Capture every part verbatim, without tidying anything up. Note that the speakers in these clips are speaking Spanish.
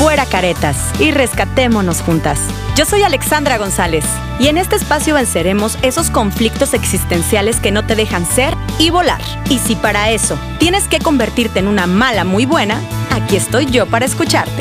fuera caretas y rescatémonos juntas. Yo soy Alexandra González y en este espacio venceremos esos conflictos existenciales que no te dejan ser y volar. Y si para eso tienes que convertirte en una mala muy buena, aquí estoy yo para escucharte.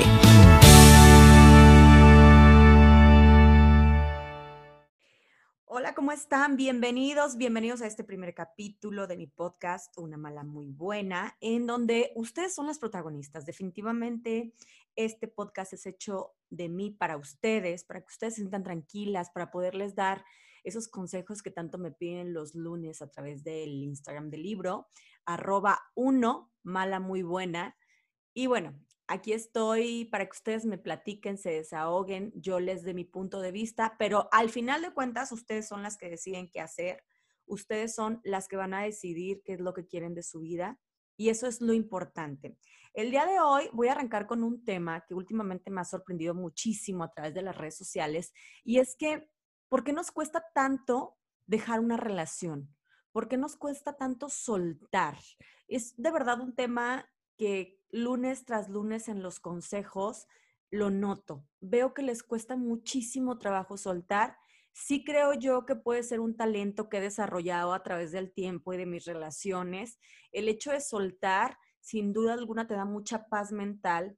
Hola, ¿cómo están? Bienvenidos, bienvenidos a este primer capítulo de mi podcast, Una Mala Muy Buena, en donde ustedes son las protagonistas. Definitivamente este podcast es hecho de mí para ustedes, para que ustedes se sientan tranquilas, para poderles dar esos consejos que tanto me piden los lunes a través del Instagram del libro, arroba uno, mala muy buena. Y bueno, aquí estoy para que ustedes me platiquen, se desahoguen, yo les dé mi punto de vista, pero al final de cuentas ustedes son las que deciden qué hacer, ustedes son las que van a decidir qué es lo que quieren de su vida y eso es lo importante. El día de hoy voy a arrancar con un tema que últimamente me ha sorprendido muchísimo a través de las redes sociales y es que, ¿por qué nos cuesta tanto dejar una relación? ¿Por qué nos cuesta tanto soltar? Es de verdad un tema que lunes tras lunes en los consejos lo noto. Veo que les cuesta muchísimo trabajo soltar. Sí creo yo que puede ser un talento que he desarrollado a través del tiempo y de mis relaciones. El hecho de soltar, sin duda alguna, te da mucha paz mental.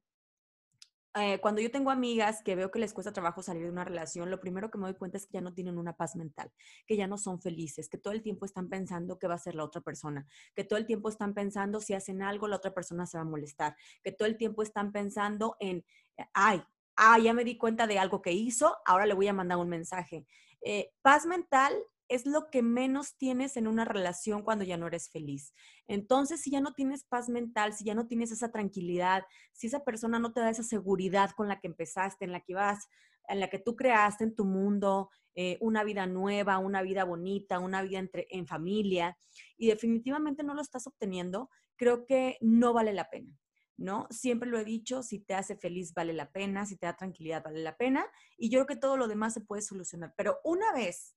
Eh, cuando yo tengo amigas que veo que les cuesta trabajo salir de una relación, lo primero que me doy cuenta es que ya no tienen una paz mental, que ya no son felices, que todo el tiempo están pensando qué va a hacer la otra persona, que todo el tiempo están pensando si hacen algo, la otra persona se va a molestar, que todo el tiempo están pensando en, ay, ah, ya me di cuenta de algo que hizo, ahora le voy a mandar un mensaje. Eh, paz mental es lo que menos tienes en una relación cuando ya no eres feliz. Entonces, si ya no tienes paz mental, si ya no tienes esa tranquilidad, si esa persona no te da esa seguridad con la que empezaste, en la que vas, en la que tú creaste en tu mundo, eh, una vida nueva, una vida bonita, una vida entre, en familia, y definitivamente no lo estás obteniendo, creo que no vale la pena, ¿no? Siempre lo he dicho, si te hace feliz vale la pena, si te da tranquilidad vale la pena, y yo creo que todo lo demás se puede solucionar. Pero una vez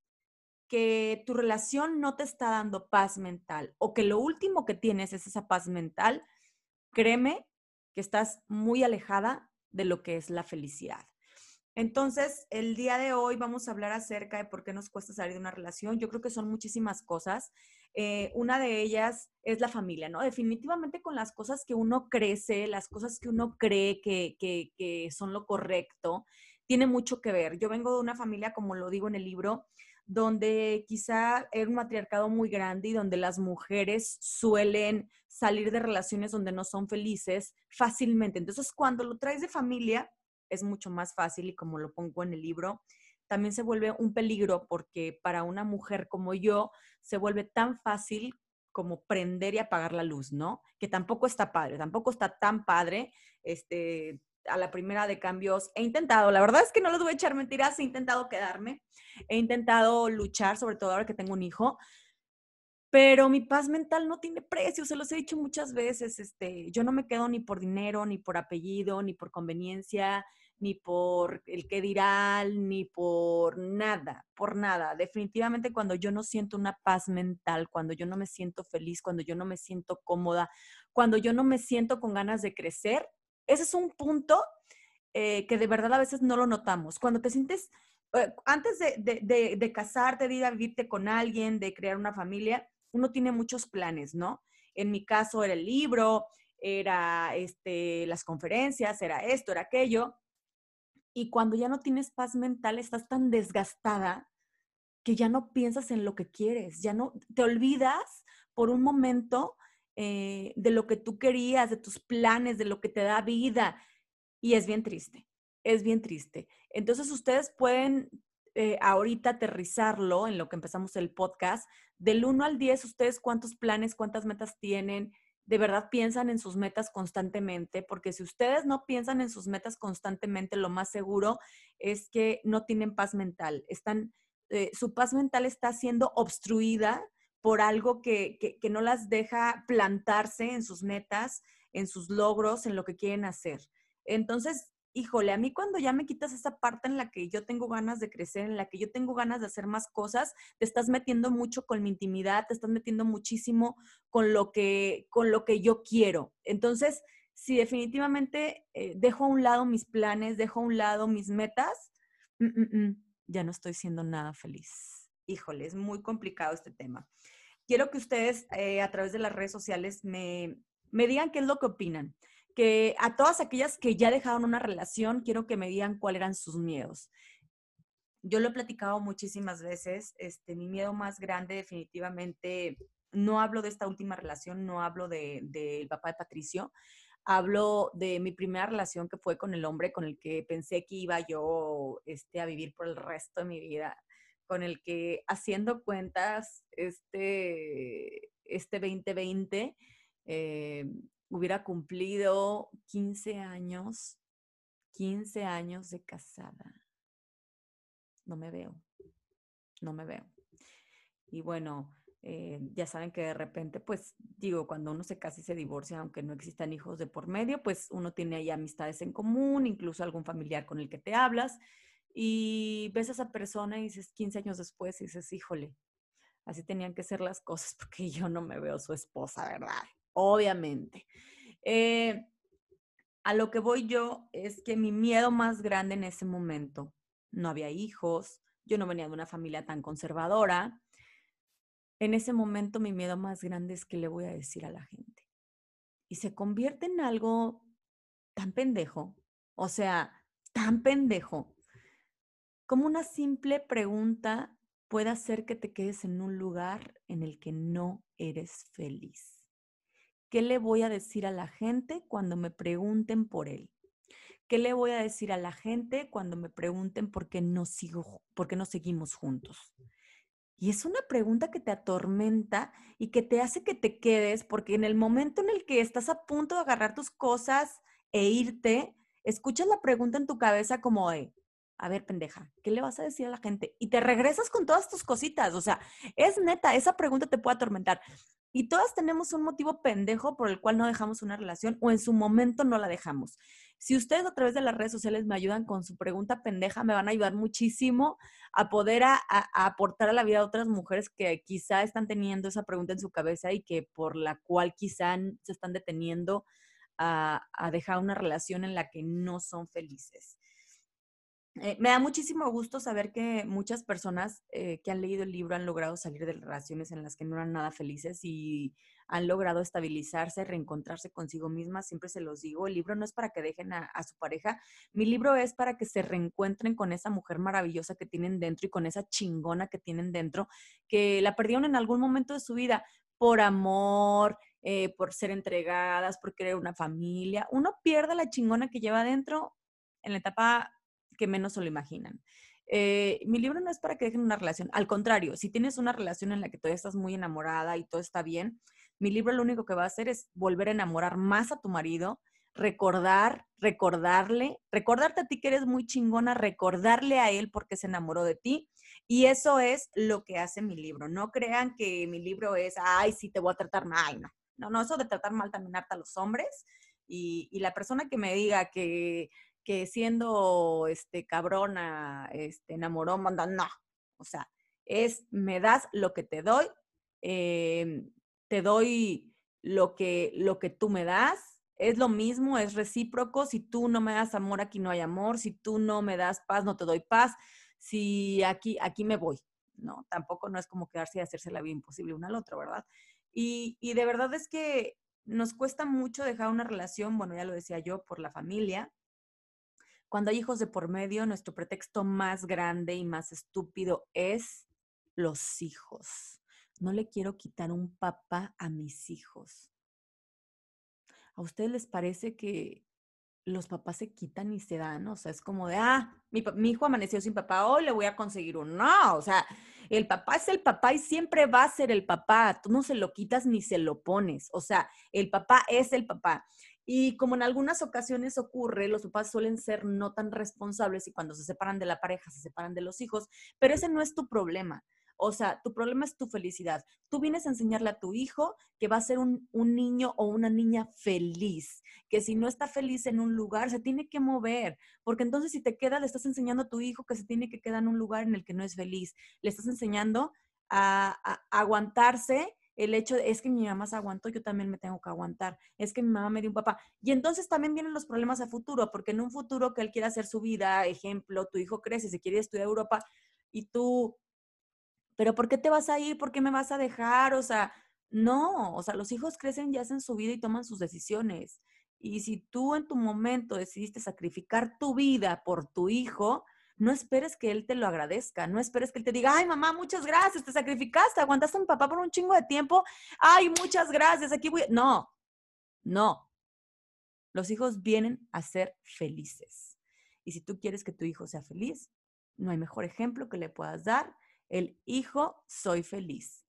que tu relación no te está dando paz mental o que lo último que tienes es esa paz mental, créeme que estás muy alejada de lo que es la felicidad. Entonces, el día de hoy vamos a hablar acerca de por qué nos cuesta salir de una relación. Yo creo que son muchísimas cosas. Eh, una de ellas es la familia, ¿no? Definitivamente con las cosas que uno crece, las cosas que uno cree que, que, que son lo correcto, tiene mucho que ver. Yo vengo de una familia, como lo digo en el libro, donde quizá era un matriarcado muy grande y donde las mujeres suelen salir de relaciones donde no son felices fácilmente. Entonces, cuando lo traes de familia, es mucho más fácil y como lo pongo en el libro, también se vuelve un peligro porque para una mujer como yo se vuelve tan fácil como prender y apagar la luz, ¿no? Que tampoco está padre, tampoco está tan padre, este, a la primera de cambios he intentado, la verdad es que no les voy a echar mentiras, he intentado quedarme, he intentado luchar, sobre todo ahora que tengo un hijo, pero mi paz mental no tiene precio, se los he dicho muchas veces, este, yo no me quedo ni por dinero, ni por apellido, ni por conveniencia, ni por el qué dirán, ni por nada, por nada. Definitivamente cuando yo no siento una paz mental, cuando yo no me siento feliz, cuando yo no me siento cómoda, cuando yo no me siento con ganas de crecer, ese es un punto eh, que de verdad a veces no lo notamos. Cuando te sientes, eh, antes de, de, de, de casarte, de ir a vivirte con alguien, de crear una familia, uno tiene muchos planes, ¿no? En mi caso era el libro, era este, las conferencias, era esto, era aquello. Y cuando ya no tienes paz mental, estás tan desgastada que ya no piensas en lo que quieres, ya no te olvidas por un momento eh, de lo que tú querías, de tus planes, de lo que te da vida. Y es bien triste, es bien triste. Entonces ustedes pueden eh, ahorita aterrizarlo en lo que empezamos el podcast. Del uno al diez, ¿ustedes cuántos planes, cuántas metas tienen? ¿De verdad piensan en sus metas constantemente? Porque si ustedes no piensan en sus metas constantemente, lo más seguro es que no tienen paz mental. Están, eh, su paz mental está siendo obstruida por algo que, que, que no las deja plantarse en sus metas, en sus logros, en lo que quieren hacer. Entonces, híjole, a mí cuando ya me quitas esa parte en la que yo tengo ganas de crecer, en la que yo tengo ganas de hacer más cosas, te estás metiendo mucho con mi intimidad, te estás metiendo muchísimo con lo que, con lo que yo quiero. Entonces, si definitivamente eh, dejo a un lado mis planes, dejo a un lado mis metas, mm, mm, mm, ya no estoy siendo nada feliz. Híjole, es muy complicado este tema. Quiero que ustedes eh, a través de las redes sociales me, me digan qué es lo que opinan. Que a todas aquellas que ya dejaron una relación, quiero que me digan cuáles eran sus miedos. Yo lo he platicado muchísimas veces. Este, mi miedo más grande definitivamente, no hablo de esta última relación, no hablo del de, de papá de Patricio, hablo de mi primera relación que fue con el hombre con el que pensé que iba yo este, a vivir por el resto de mi vida, con el que haciendo cuentas este, este veinte veinte eh, hubiera cumplido quince años, quince años de casada. No me veo, no me veo. Y bueno, eh, ya saben que de repente, pues digo, cuando uno se casa y se divorcia, aunque no existan hijos de por medio, pues uno tiene ahí amistades en común, incluso algún familiar con el que te hablas, y ves a esa persona y dices quince años después y dices, híjole, así tenían que ser las cosas porque yo no me veo su esposa, ¿verdad? Obviamente. Eh, a lo que voy yo es que mi miedo más grande en ese momento, no había hijos, yo no venía de una familia tan conservadora. En ese momento mi miedo más grande es qué le voy a decir a la gente. Y se convierte en algo tan pendejo, o sea, tan pendejo, como una simple pregunta puede hacer que te quedes en un lugar en el que no eres feliz. ¿Qué le voy a decir a la gente cuando me pregunten por él? ¿Qué le voy a decir a la gente cuando me pregunten por qué no sigo, por qué no seguimos juntos? Y es una pregunta que te atormenta y que te hace que te quedes, porque en el momento en el que estás a punto de agarrar tus cosas e irte, escuchas la pregunta en tu cabeza como de, a ver, pendeja, ¿qué le vas a decir a la gente? Y te regresas con todas tus cositas. O sea, es neta, esa pregunta te puede atormentar. Y todas tenemos un motivo pendejo por el cual no dejamos una relación o en su momento no la dejamos. Si ustedes a través de las redes sociales me ayudan con su pregunta pendeja, me van a ayudar muchísimo a poder a, a, a aportar a la vida de otras mujeres que quizá están teniendo esa pregunta en su cabeza y que por la cual quizá se están deteniendo a, a dejar una relación en la que no son felices. Eh, me da muchísimo gusto saber que muchas personas eh, que han leído el libro han logrado salir de relaciones en las que no eran nada felices y han logrado estabilizarse, reencontrarse consigo mismas. Siempre se los digo, el libro no es para que dejen a, a su pareja, mi libro es para que se reencuentren con esa mujer maravillosa que tienen dentro y con esa chingona que tienen dentro, que la perdieron en algún momento de su vida por amor, eh, por ser entregadas, por querer una familia. Uno pierde la chingona que lleva dentro en la etapa que menos se lo imaginan. Eh, mi libro no es para que dejen una relación. Al contrario, si tienes una relación en la que todavía estás muy enamorada y todo está bien, mi libro lo único que va a hacer es volver a enamorar más a tu marido, recordar, recordarle, recordarte a ti que eres muy chingona, recordarle a él porque se enamoró de ti. Y eso es lo que hace mi libro. No crean que mi libro es, ay, sí, te voy a tratar mal. No, no, no, eso de tratar mal también harta a los hombres. Y, y la persona que me diga que que siendo este cabrona, este enamoró, manda, no. O sea, es me das lo que te doy, eh, te doy lo que, lo que tú me das, es lo mismo, es recíproco. Si tú no me das amor, aquí no hay amor. Si tú no me das paz, no te doy paz. Si aquí, aquí me voy, ¿no? Tampoco no es como quedarse y hacerse la vida imposible una al otro, ¿verdad? Y, y de verdad es que nos cuesta mucho dejar una relación, bueno, ya lo decía yo, por la familia. Cuando hay hijos de por medio, nuestro pretexto más grande y más estúpido es los hijos. No le quiero quitar un papá a mis hijos. ¿A ustedes les parece que los papás se quitan y se dan? O sea, es como de, ah, mi, mi hijo amaneció sin papá, hoy le voy a conseguir uno. No, o sea, el papá es el papá y siempre va a ser el papá. Tú no se lo quitas ni se lo pones. O sea, el papá es el papá. Y como en algunas ocasiones ocurre, los papás suelen ser no tan responsables y cuando se separan de la pareja, se separan de los hijos, pero ese no es tu problema. O sea, tu problema es tu felicidad. Tú vienes a enseñarle a tu hijo que va a ser un, un niño o una niña feliz, que si no está feliz en un lugar, se tiene que mover, porque entonces si te quedas, le estás enseñando a tu hijo que se tiene que quedar en un lugar en el que no es feliz. Le estás enseñando a, a, a aguantarse el hecho de, es que mi mamá se aguantó, yo también me tengo que aguantar, es que mi mamá me dio un papá. Y entonces también vienen los problemas a futuro, porque en un futuro que él quiera hacer su vida, ejemplo, tu hijo crece, se quiere estudiar a Europa y tú, pero ¿por qué te vas a ir? ¿Por qué me vas a dejar? O sea, no, o sea, los hijos crecen y hacen su vida y toman sus decisiones. Y si tú en tu momento decidiste sacrificar tu vida por tu hijo, no esperes que él te lo agradezca, no esperes que él te diga, ay mamá, muchas gracias, te sacrificaste, aguantaste a mi papá por un chingo de tiempo, ay, muchas gracias, aquí voy. No, no, los hijos vienen a ser felices. Y si tú quieres que tu hijo sea feliz, no hay mejor ejemplo que le puedas dar. El hijo, soy feliz.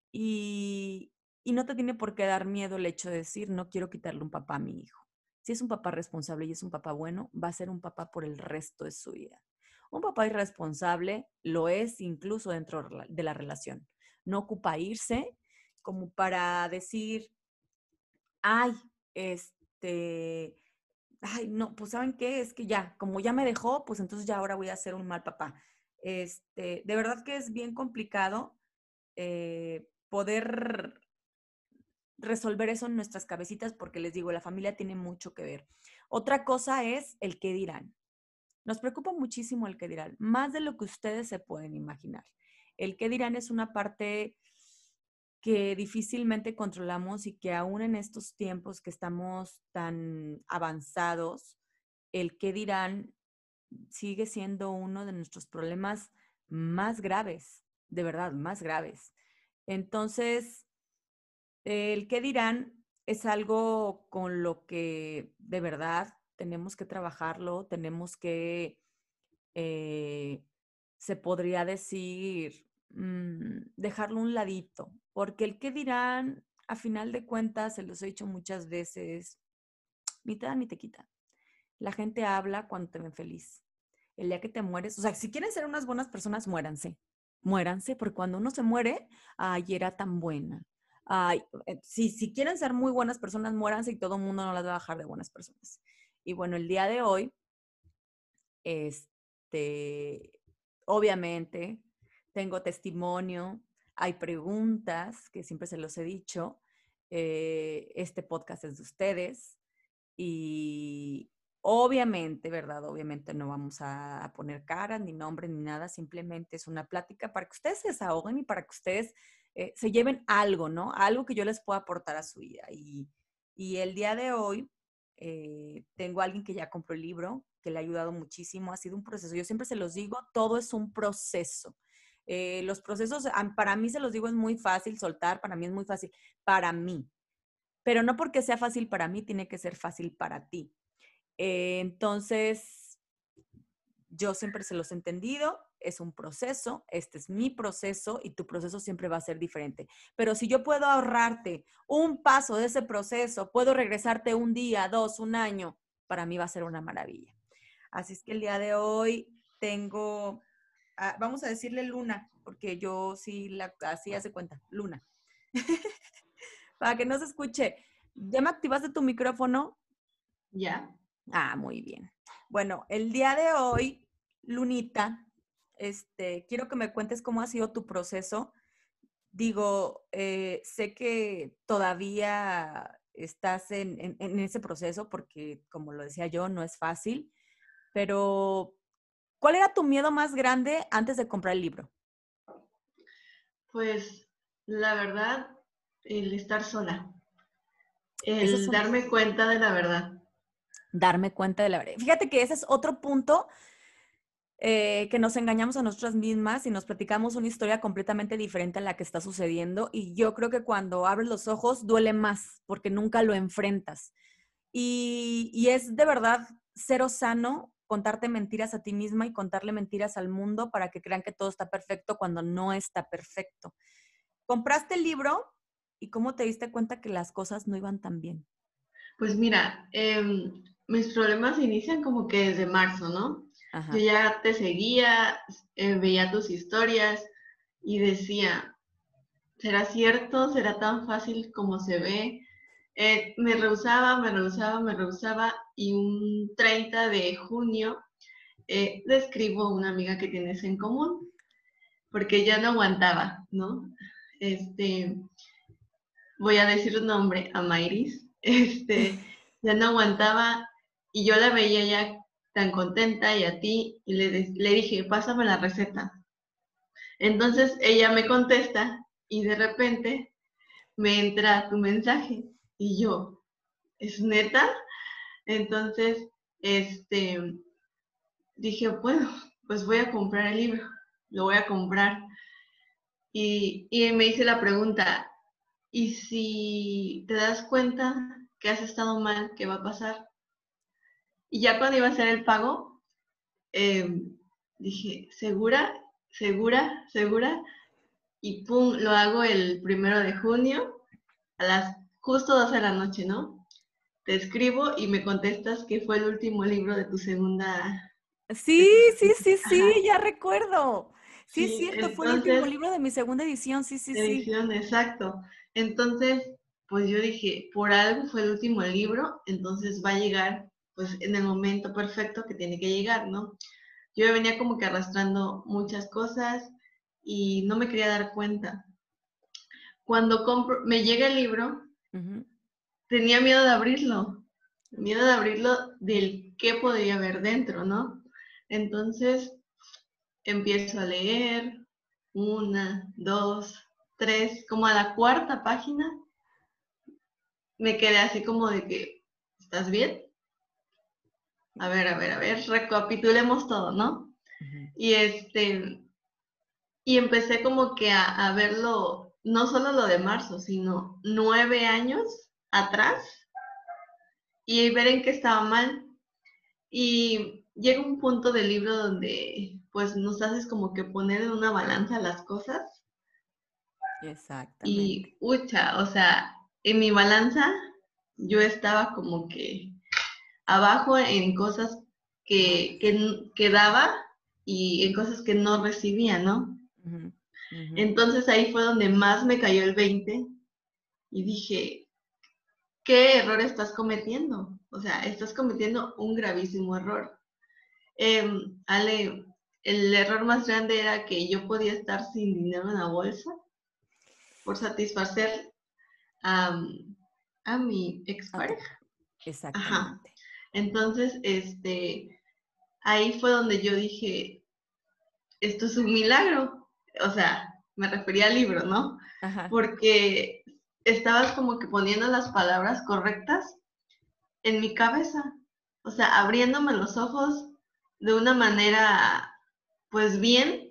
Y, y no te tiene por qué dar miedo el hecho de decir, no quiero quitarle un papá a mi hijo. Si es un papá responsable y es un papá bueno, va a ser un papá por el resto de su vida. Un papá irresponsable lo es incluso dentro de la relación. No ocupa irse como para decir, ay, este, ay, no, pues ¿saben qué? Es que ya, como ya me dejó, pues entonces ya ahora voy a ser un mal papá. Este, de verdad que es bien complicado eh, poder resolver eso en nuestras cabecitas porque les digo, la familia tiene mucho que ver. Otra cosa es el qué dirán. Nos preocupa muchísimo el qué dirán, más de lo que ustedes se pueden imaginar. El qué dirán es una parte que difícilmente controlamos y que aún en estos tiempos que estamos tan avanzados, el qué dirán sigue siendo uno de nuestros problemas más graves, de verdad, más graves. Entonces, el qué dirán es algo con lo que de verdad tenemos que trabajarlo, tenemos que, eh, se podría decir, mmm, dejarlo a un ladito, porque el qué dirán, a final de cuentas, se los he dicho muchas veces, ni te da ni te quita. La gente habla cuando te ven feliz. El día que te mueres, o sea, si quieren ser unas buenas personas, muéranse. Muéranse, porque cuando uno se muere, ay, era tan buena. Ay, eh, si, si quieren ser muy buenas personas, muéranse y todo el mundo no las va a bajar de buenas personas. Y bueno, el día de hoy, este, obviamente, tengo testimonio, hay preguntas, que siempre se los he dicho. Eh, este podcast es de ustedes. Y obviamente, ¿verdad? Obviamente no vamos a, a poner caras, ni nombres, ni nada. Simplemente es una plática para que ustedes se desahoguen y para que ustedes eh, se lleven algo, ¿no? Algo que yo les pueda aportar a su vida. Y, y el día de hoy eh, tengo a alguien que ya compró el libro, que le ha ayudado muchísimo. Ha sido un proceso. Yo siempre se los digo, todo es un proceso. Eh, los procesos, para mí se los digo, es muy fácil soltar, para mí es muy fácil, para mí, pero no porque sea fácil para mí, tiene que ser fácil para ti. Eh, entonces, yo siempre se los he entendido, es un proceso, este es mi proceso y tu proceso siempre va a ser diferente. Pero si yo puedo ahorrarte un paso de ese proceso, puedo regresarte un día, dos, un año, para mí va a ser una maravilla. Así es que el día de hoy tengo, ah, vamos a decirle Luna, porque yo sí, la, así hace cuenta, Luna. Para que no se escuche. ¿Ya me activaste tu micrófono? Ya. Ah, muy bien. Bueno, el día de hoy, Lunita, este, quiero que me cuentes cómo ha sido tu proceso. Digo, eh, sé que todavía estás en, en, en ese proceso porque, como lo decía yo, no es fácil, pero ¿cuál era tu miedo más grande antes de comprar el libro? Pues la verdad, el estar sola, Ese es el un, darme cuenta de la verdad. darme cuenta de la verdad. Fíjate que ese es otro punto eh, que nos engañamos a nosotras mismas y nos platicamos una historia completamente diferente a la que está sucediendo. Y yo creo que cuando abres los ojos duele más porque nunca lo enfrentas. Y, y es de verdad cero sano contarte mentiras a ti misma y contarle mentiras al mundo para que crean que todo está perfecto cuando no está perfecto. Compraste el libro y cómo te diste cuenta que las cosas no iban tan bien. Pues mira, eh, mis problemas inician como que desde marzo, ¿no? Yo Ajá. ya te seguía, eh, veía tus historias y decía, ¿será cierto? ¿Será tan fácil como se ve? Eh, me rehusaba, me rehusaba, me rehusaba y un treinta de junio eh, le escribo a una amiga que tienes en común porque ya no aguantaba, ¿no? Este, voy a decir un nombre, a Mayris, este, ya no aguantaba y yo la veía ya tan contenta y a ti y le, le dije, pásame la receta. Entonces ella me contesta y de repente me entra tu mensaje y yo, ¿es neta? Entonces, este, dije, bueno, pues voy a comprar el libro, lo voy a comprar. Y, y me hice la pregunta, ¿y si te das cuenta que has estado mal, qué va a pasar? Y ya cuando iba a hacer el pago, eh, dije, ¿segura? ¿Segura? ¿Segura? Y pum, lo hago el primero de junio a las justo doce de la noche, ¿no? Te escribo y me contestas que fue el último libro de tu segunda, de Sí, tu sí, segunda, sí, sí, ajá, ya recuerdo. Sí, es sí, cierto, fue el último entonces, libro de mi segunda edición, sí, sí, sí. edición, exacto. Entonces, pues yo dije, por algo fue el último libro, entonces va a llegar, pues en el momento perfecto que tiene que llegar, ¿no? Yo venía como que arrastrando muchas cosas y no me quería dar cuenta. Cuando compro, me llega el libro, Ujú. tenía miedo de abrirlo, miedo de abrirlo del qué podría haber dentro, ¿no? Entonces empiezo a leer, una, dos, tres, como a la cuarta página, me quedé así como de que, ¿estás bien? A ver, a ver, a ver, recapitulemos todo, ¿no? Ujú. Y este, y empecé como que a, a verlo, no solo lo de marzo, sino nueve años atrás y ver en qué estaba mal. Y llega un punto del libro donde pues nos haces como que poner en una balanza las cosas Exactamente. y ucha, o sea, en mi balanza yo estaba como que abajo en cosas No. que, que, que daba y en cosas que no recibía, ¿no? Ujú, ujú. Entonces ahí fue donde más me cayó el veinte y dije, ¿qué error estás cometiendo? O sea, estás cometiendo un gravísimo error. Eh, Ale, el error más grande era que yo podía estar sin dinero en la bolsa por satisfacer a, a mi A tu, expareja. Ajá. exactamente. Entonces, este, ahí fue donde yo dije, esto es un milagro. O sea, me refería al libro, ¿no? Ajá. Porque estabas como que poniendo las palabras correctas en mi cabeza. O sea, abriéndome los ojos de una manera, pues bien,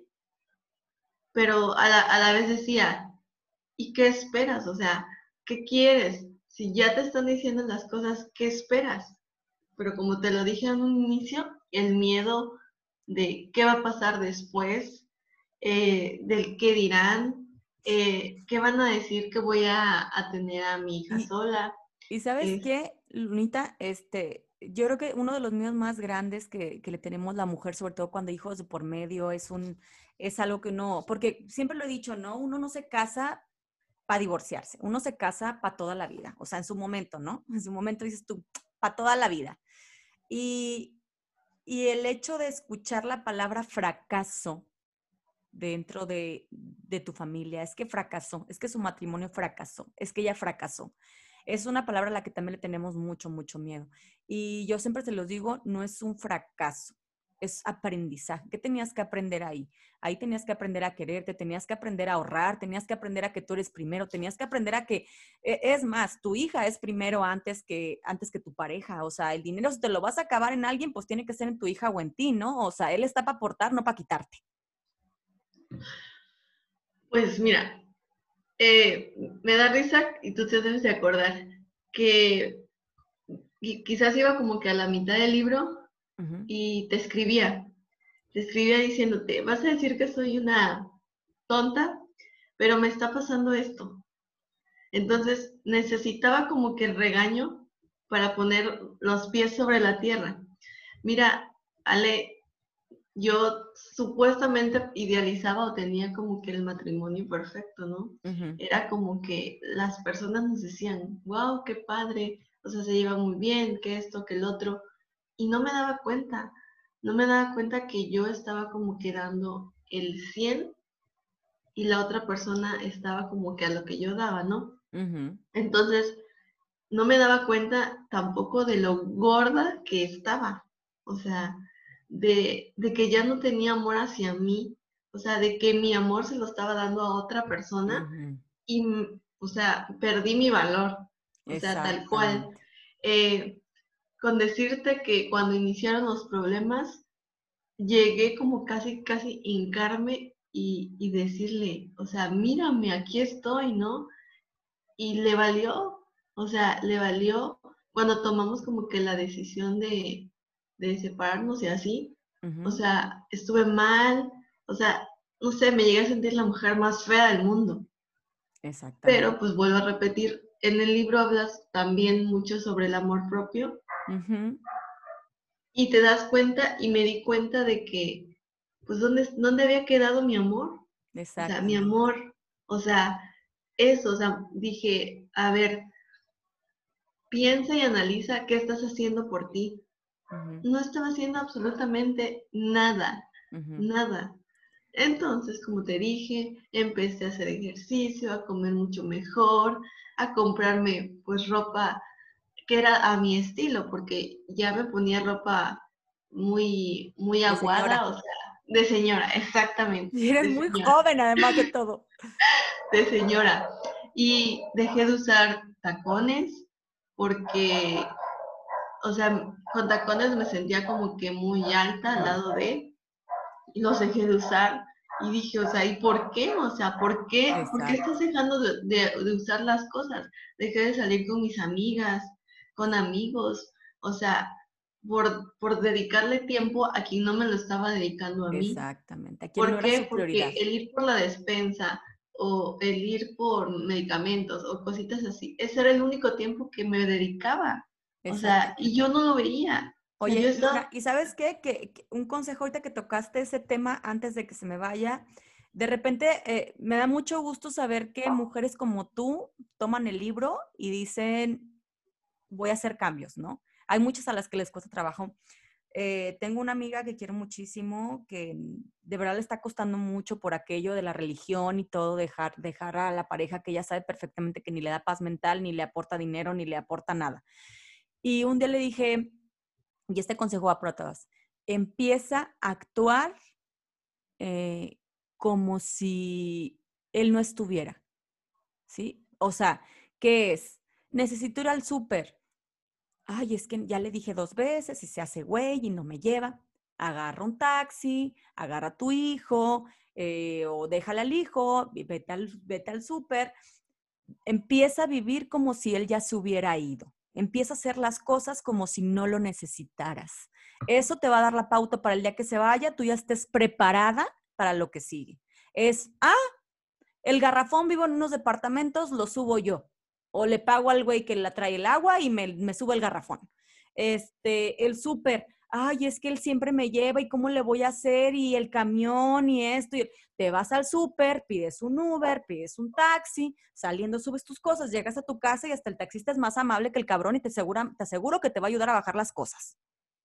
pero a la, a la vez decía, ¿y qué esperas? O sea, ¿qué quieres? Si ya te están diciendo las cosas, ¿qué esperas? Pero como te lo dije en un inicio, el miedo de qué va a pasar después, eh, del qué dirán, eh, qué van a decir que voy a, a tener a mi hija Y, sola. y ¿sabes Es, qué, Lunita? Este, yo creo que uno de los miedos más grandes que, que le tenemos la mujer, sobre todo cuando hay hijos de por medio, es un, es algo que uno, porque siempre lo he dicho, ¿no? Uno no se casa para divorciarse, uno se casa para toda la vida, o sea, en su momento, ¿no? En su momento dices tú, para toda la vida. Y, y el hecho de escuchar la palabra fracaso dentro de, de tu familia, es que fracasó, es que su matrimonio fracasó, es que ella fracasó. Es una palabra a la que también le tenemos mucho, mucho miedo. Y yo siempre se los digo, no es un fracaso, es aprendizaje. ¿Qué tenías que aprender ahí? Ahí tenías que aprender a quererte, tenías que aprender a ahorrar, tenías que aprender a que tú eres primero, tenías que aprender a que, e, es más, tu hija es primero antes que, antes que tu pareja. O sea, el dinero, si te lo vas a acabar en alguien, pues tiene que ser en tu hija o en ti, ¿no? O sea, él está para aportar, no para quitarte. pues mira, eh, me da risa y tú te debes de acordar que quizás iba como que a la mitad del libro Uh -huh. y te escribía, te escribía diciéndote, vas a decir que soy una tonta, pero me está pasando esto. Entonces necesitaba como que el regaño para poner los pies sobre la tierra. Mira, Ale, yo supuestamente idealizaba o tenía como que el matrimonio perfecto, ¿no? Uh -huh. Era como que las personas nos decían, wow, qué padre, o sea, se lleva muy bien, que esto, que el otro, y no me daba cuenta, no me daba cuenta que yo estaba como que dando el cien y la otra persona estaba como que a lo que yo daba, ¿no? Ujú, Entonces, no me daba cuenta tampoco de lo gorda que estaba. O sea, de, de que ya no tenía amor hacia mí. O sea, de que mi amor se lo estaba dando a otra persona ujú. y, mm, o sea, perdí mi valor. O sea, tal cual. Exactamente. Eh, con decirte que cuando iniciaron los problemas, llegué como casi, casi hincarme y, y decirle, o sea, mírame, aquí estoy, ¿no? Y le valió, o sea, le valió cuando tomamos como que la decisión de, de separarnos y así, o Ujú, sea, estuve mal, o sea, no sé, me llegué a sentir la mujer más fea del mundo, pero exactamente. pues vuelvo a repetir, en el libro hablas también mucho sobre el amor propio Ujú, y te das cuenta y me di cuenta de que, pues, ¿dónde, dónde había quedado mi amor? O sea, mi exactamente. amor, o sea, eso, o sea, dije, a ver, piensa y analiza qué estás haciendo por ti. Ujú, No estaba haciendo absolutamente nada, ujú. nada. Entonces, como te dije, empecé a hacer ejercicio, a comer mucho mejor, a comprarme pues ropa que era a mi estilo, porque ya me ponía ropa muy, muy De señora. aguada, o sea, de señora, exactamente, Y eres de muy señora, joven, además de todo. de señora. Y dejé de usar tacones porque, o sea, con tacones me sentía como que muy alta al lado de él y los dejé de usar. Y dije, o sea, ¿y por qué? O sea, ¿por qué? ¿Por qué Exacto, estás dejando de, de, de usar las cosas? Dejé de salir con mis amigas, con amigos, o sea, por, por dedicarle tiempo a quien no me lo estaba dedicando a mí. exactamente. A quien no ¿Por era qué? su Porque prioridad. el ir por la despensa o el ir por medicamentos o cositas así, ese era el único tiempo que me dedicaba. O sea, y Exactamente. yo no lo veía. O sea, yo Oye, Luna, estaba, ¿y sabes qué? Que, que un consejo ahorita que tocaste ese tema antes de que se me vaya, de repente eh, me da mucho gusto saber que mujeres como tú toman el libro y dicen, voy a hacer cambios, ¿no? Hay muchas a las que les cuesta trabajo. Eh, tengo una amiga que quiero muchísimo, que de verdad le está costando mucho por aquello de la religión y todo, dejar, dejar a la pareja que ella sabe perfectamente que ni le da paz mental, ni le aporta dinero, ni le aporta nada. Y un día le dije, y este consejo va para todas, empieza a actuar eh, como si él no estuviera, ¿sí? O sea, ¿qué es? Necesito ir al súper. Ay, es que ya le dije dos veces y se hace güey y no me lleva. Agarra un taxi, agarra a tu hijo eh, o déjale al hijo, vete al, vete al súper. Empieza a vivir como si él ya se hubiera ido. Empieza a hacer las cosas como si no lo necesitaras. Eso te va a dar la pauta para el día que se vaya, tú ya estés preparada para lo que sigue. Es, ah, el garrafón, vivo en unos departamentos, lo subo yo. O le pago al güey que la trae el agua y me, me sube el garrafón. Este, el súper, ay, es que él siempre me lleva y cómo le voy a hacer y el camión y esto. Y te vas al súper, pides un Uber, pides un taxi, saliendo subes tus cosas, llegas a tu casa y hasta el taxista es más amable que el cabrón y te, asegura, te aseguro que te va a ayudar a bajar las cosas,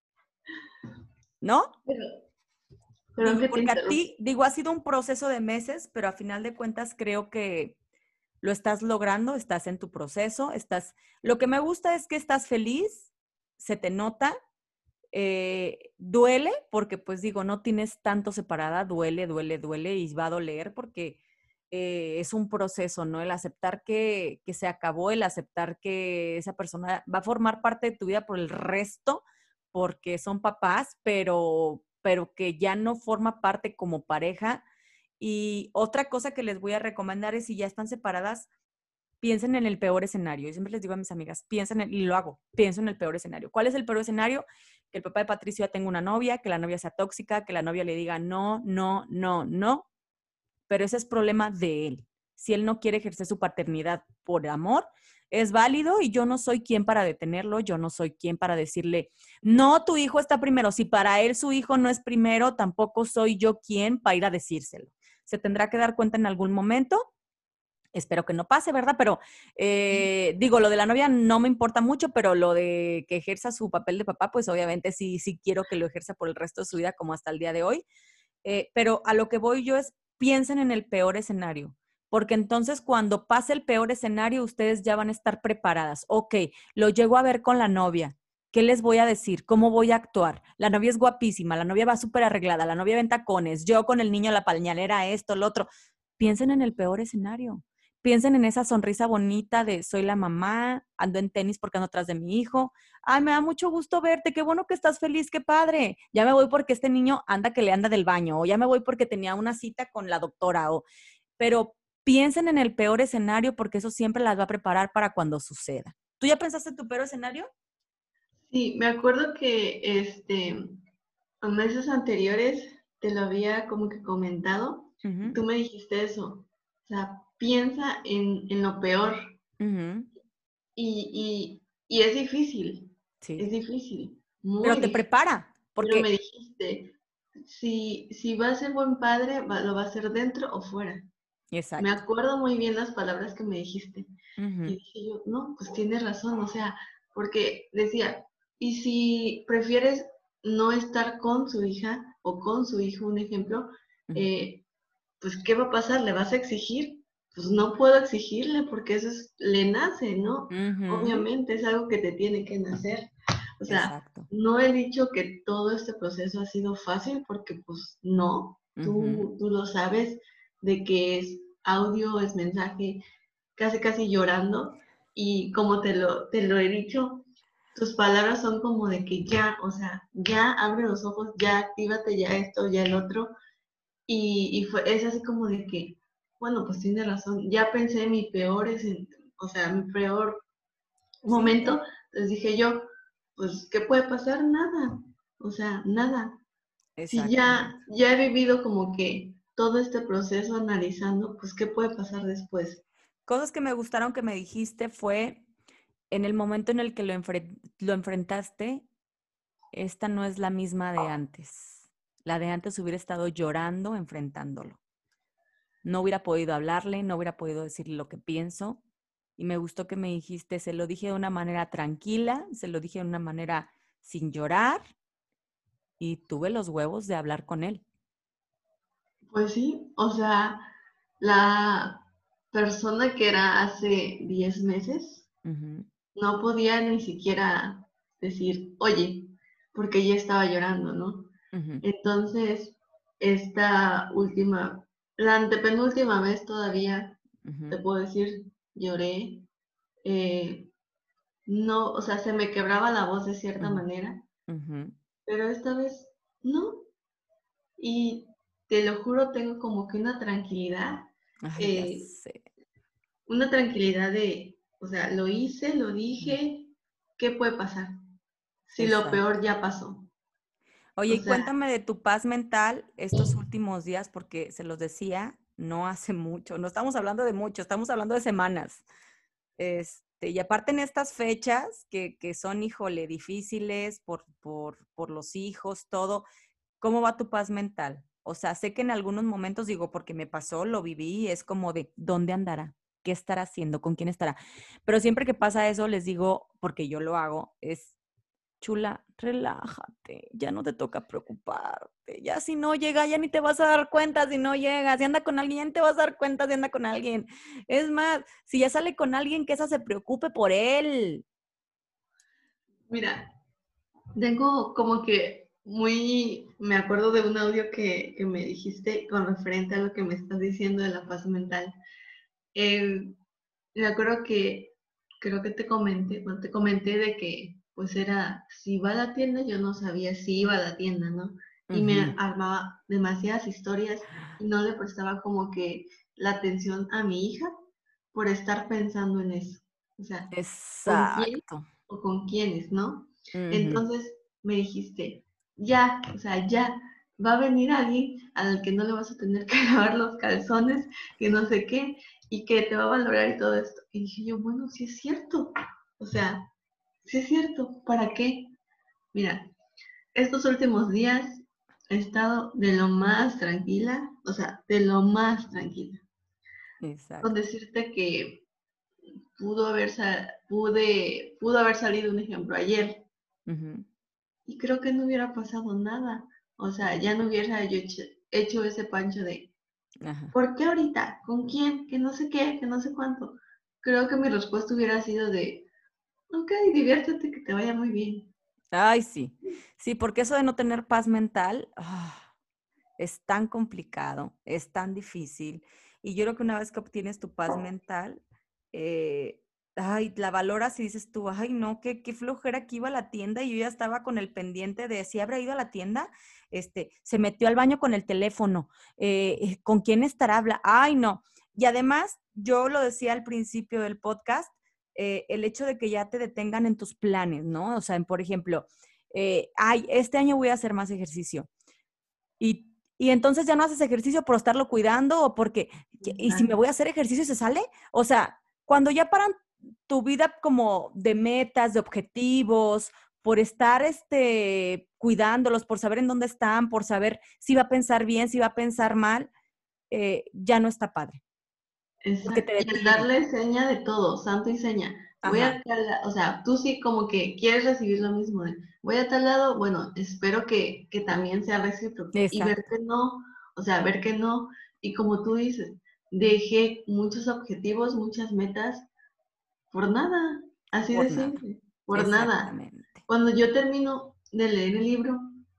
¿no? pero, perdón Digo, que te porque a interrumpa. ti, digo, ha sido un proceso de meses, pero a final de cuentas creo que lo estás logrando, estás en tu proceso, estás, lo que me gusta es que estás feliz, se te nota, eh, duele, porque pues digo, no tienes tanto separada, duele, duele, duele y va a doler porque eh, es un proceso, ¿no? El aceptar que, que se acabó, el aceptar que esa persona va a formar parte de tu vida por el resto, porque son papás, pero, pero que ya no forma parte como pareja. Y otra cosa que les voy a recomendar es si ya están separadas, piensen en el peor escenario. Yo siempre les digo a mis amigas, piensen en, y lo hago, pienso en el peor escenario. ¿Cuál es el peor escenario? Que el papá de Patricio ya tenga una novia, que la novia sea tóxica, que la novia le diga no, no, no, no, pero ese es problema de él. Si él no quiere ejercer su paternidad por amor, es válido y yo no soy quien para detenerlo, yo no soy quien para decirle, no, tu hijo está primero. Si para él su hijo no es primero, tampoco soy yo quien para ir a decírselo. Se tendrá que dar cuenta en algún momento. Espero que no pase, ¿verdad? Pero eh, digo, lo de la novia no me importa mucho, pero lo de que ejerza su papel de papá, pues obviamente sí, sí quiero que lo ejerza por el resto de su vida como hasta el día de hoy. Eh, pero a lo que voy yo es, piensen en el peor escenario. porque entonces cuando pase el peor escenario, ustedes ya van a estar preparadas. Ok, lo llego a ver con la novia. ¿Qué les voy a decir? ¿Cómo voy a actuar? La novia es guapísima, la novia va súper arreglada, la novia va en tacones, yo con el niño en la pañalera, esto, lo otro. Piensen en el peor escenario. Piensen en esa sonrisa bonita de soy la mamá, ando en tenis porque ando atrás de mi hijo. Ay, me da mucho gusto verte, qué bueno que estás feliz, qué padre. Ya me voy porque este niño anda que le anda del baño, o ya me voy porque tenía una cita con la doctora, o... pero piensen en el peor escenario porque eso siempre las va a preparar para cuando suceda. ¿Tú ya pensaste en tu peor escenario? Sí, me acuerdo que este, en meses anteriores te lo había como que comentado y Uh-huh, tú me dijiste eso. O sea, piensa en, en lo peor uh-huh, y, y, y es difícil, sí, es difícil, pero muy te difícil. prepara, Pero me porque dijiste, si, si va a ser buen padre, va- lo va a ser dentro o fuera. Me exacto. acuerdo muy bien las palabras que me dijiste. Uh-huh, Y dije yo, no, pues tienes razón, o sea, porque decía, ¿y si prefieres no estar con su hija o con su hijo, un ejemplo, uh-huh, eh, pues ¿qué va a pasar? ¿Le vas a exigir? Pues no puedo exigirle porque eso es, le nace, ¿no? uh-huh, Obviamente es algo que te tiene que nacer. O sea, exacto. no he dicho que todo este proceso ha sido fácil porque pues no, Uh-huh, tú, tú lo sabes de que es audio, es mensaje, casi casi llorando y como te lo, te lo he dicho, tus palabras son como de que ya, o sea, ya abre los ojos, ya actívate, ya esto, ya el otro y, y fue, es así como de que, bueno, pues tiene razón, ya pensé en mi peor, o sea, mi peor sí, eh, momento, les dije yo, pues, ¿qué puede pasar? Nada, o sea, nada. Si ya, exactamente. ya he vivido como que todo este proceso analizando, pues, ¿qué puede pasar después? Cosas que me gustaron que me dijiste fue en el momento en el que lo, enfre- lo enfrentaste, esta no es la misma de antes. La de antes hubiera estado llorando enfrentándolo. No hubiera podido hablarle, no hubiera podido decirle lo que pienso. Y me gustó que me dijiste, se lo dije de una manera tranquila, se lo dije de una manera sin llorar y tuve los huevos de hablar con él. Pues sí, o sea, la persona que era hace diez meses Ujú, no podía ni siquiera decir, oye, porque ya estaba llorando, ¿no? ujú, Entonces, esta última, la antepenúltima vez todavía, te ujú, puedo decir, lloré. eh, no, o sea, se me quebraba la voz de cierta ujú, manera, ujú. pero esta vez no. Y te lo juro, tengo como que una tranquilidad, Ay, ya eh, sé. una tranquilidad de, o sea, lo hice, lo Ujú, dije, ¿qué puede pasar? Si lo peor exacto. ya pasó. Oye, O y sea, cuéntame de tu paz mental estos últimos días, porque se los decía, no hace mucho, no estamos hablando de mucho, estamos hablando de semanas. Este, y aparte en estas fechas que, que son, híjole, difíciles por, por, por los hijos, todo, ¿cómo va tu paz mental? O sea, sé que en algunos momentos digo, porque me pasó, lo viví, es como de, ¿dónde andará? ¿Qué estará haciendo? ¿Con quién estará? Pero siempre que pasa eso, les digo, porque yo lo hago, es chula, relájate, ya no te toca preocuparte, ya si no llega, ya ni te vas a dar cuenta si no llega, si anda con alguien, ya ni te vas a dar cuenta si anda con alguien. Es más, si ya sale con alguien, que esa se preocupe por él. mira, tengo como que muy, me acuerdo de un audio que, que me dijiste con referente a lo que me estás diciendo de la paz mental. Eh, me acuerdo que creo que te comenté, bueno, te comenté de que pues era, si iba a la tienda, yo no sabía si iba a la tienda, ¿no? Y me Ujú. armaba demasiadas historias y no le prestaba como que la atención a mi hija por estar pensando en eso. O sea, ¿con quién Exacto. o con quiénes, no? Ujú. Entonces me dijiste, ya, o sea, ya va a venir alguien al que no le vas a tener que lavar los calzones, que no sé qué, y que te va a valorar y todo esto. Y dije yo, bueno, sí es cierto. O sea, sí es cierto. ¿Para qué? Mira, estos últimos días he estado de lo más tranquila, o sea, de lo más tranquila. Con Exacto. decirte que pudo haber, sa- pude, pudo haber salido un ejemplo ayer Ujú. y creo que no hubiera pasado nada. O sea, ya no hubiera yo hecho, hecho ese pancho de, Ajá. ¿Por qué ahorita? ¿Con quién? Que no sé qué, que no sé cuánto. Creo que mi respuesta hubiera sido de, ok, diviértete, que te vaya muy bien. Ay, sí. Sí, porque eso de no tener paz mental, ah, es tan complicado, es tan difícil. Y yo creo que una vez que obtienes tu paz mental, eh, ay, la valoras y dices tú, ay, no, qué, qué flojera que iba a la tienda y yo ya estaba con el pendiente de si habrá ido a la tienda, este, se metió al baño con el teléfono, eh, eh, ¿con quién estará habla? Ay, no. Y además, yo lo decía al principio del podcast, eh, el hecho de que ya te detengan en tus planes, ¿no? O sea, en, por ejemplo, eh, ay, este año voy a hacer más ejercicio. Y, y entonces ya no haces ejercicio por estarlo cuidando o porque, y si me Exacto. voy a hacer ejercicio se sale, o sea, cuando ya paran tu vida como de metas, de objetivos, por estar este, cuidándolos, por saber en dónde están, por saber si va a pensar bien, si va a pensar mal, eh, ya no está padre, porque te Exacto. Y el detiene. darle seña de todo, santo y seña. Voy Ajá, a tal la- o sea, tú sí como que quieres recibir lo mismo de, voy a tal lado, bueno, espero que, que también sea recíproco. Y ver exacto, que no, o sea, ver que no. Y como tú dices, dejé muchos objetivos, muchas metas por nada, así de por nada, simple, por nada. exactamente. Cuando yo termino de leer el libro,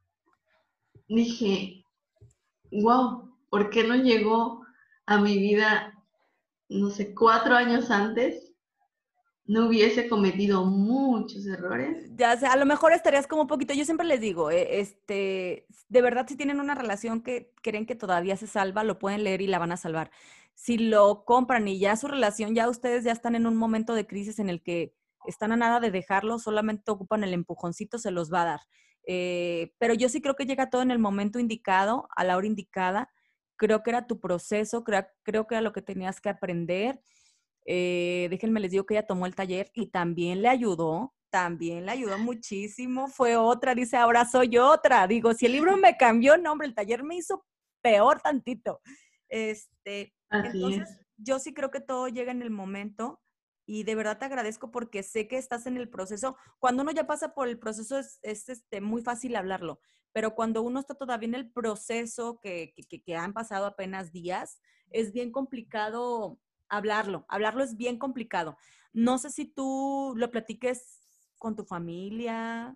dije, wow, ¿por qué no llegó a mi vida, no sé, cuatro años antes? No hubiese cometido muchos errores. Ya sé, a lo mejor estarías como un poquito, yo siempre les digo, eh, este, de verdad si tienen una relación que creen que todavía se salva, lo pueden leer y la van a salvar. Si lo compran y ya su relación, ya ustedes ya están en un momento de crisis en el que están a nada de dejarlo, solamente ocupan el empujoncito, se los va a dar. Eh, pero yo sí creo que llega todo en el momento indicado, a la hora indicada. Creo que era tu proceso, creo, creo que era lo que tenías que aprender. Eh, déjenme les digo que ella tomó el taller y también le ayudó, también le ayudó muchísimo. Fue otra, dice, ahora soy otra. Digo, si el libro me cambió, no, hombre, el taller me hizo peor tantito. Este, Así entonces, es. yo sí creo que todo llega en el momento y de verdad te agradezco porque sé que estás en el proceso. Cuando uno ya pasa por el proceso es, es este, muy fácil hablarlo, pero cuando uno está todavía en el proceso, que, que, que han pasado apenas días, es bien complicado hablarlo. Hablarlo es bien complicado. No sé si tú lo platiques con tu familia.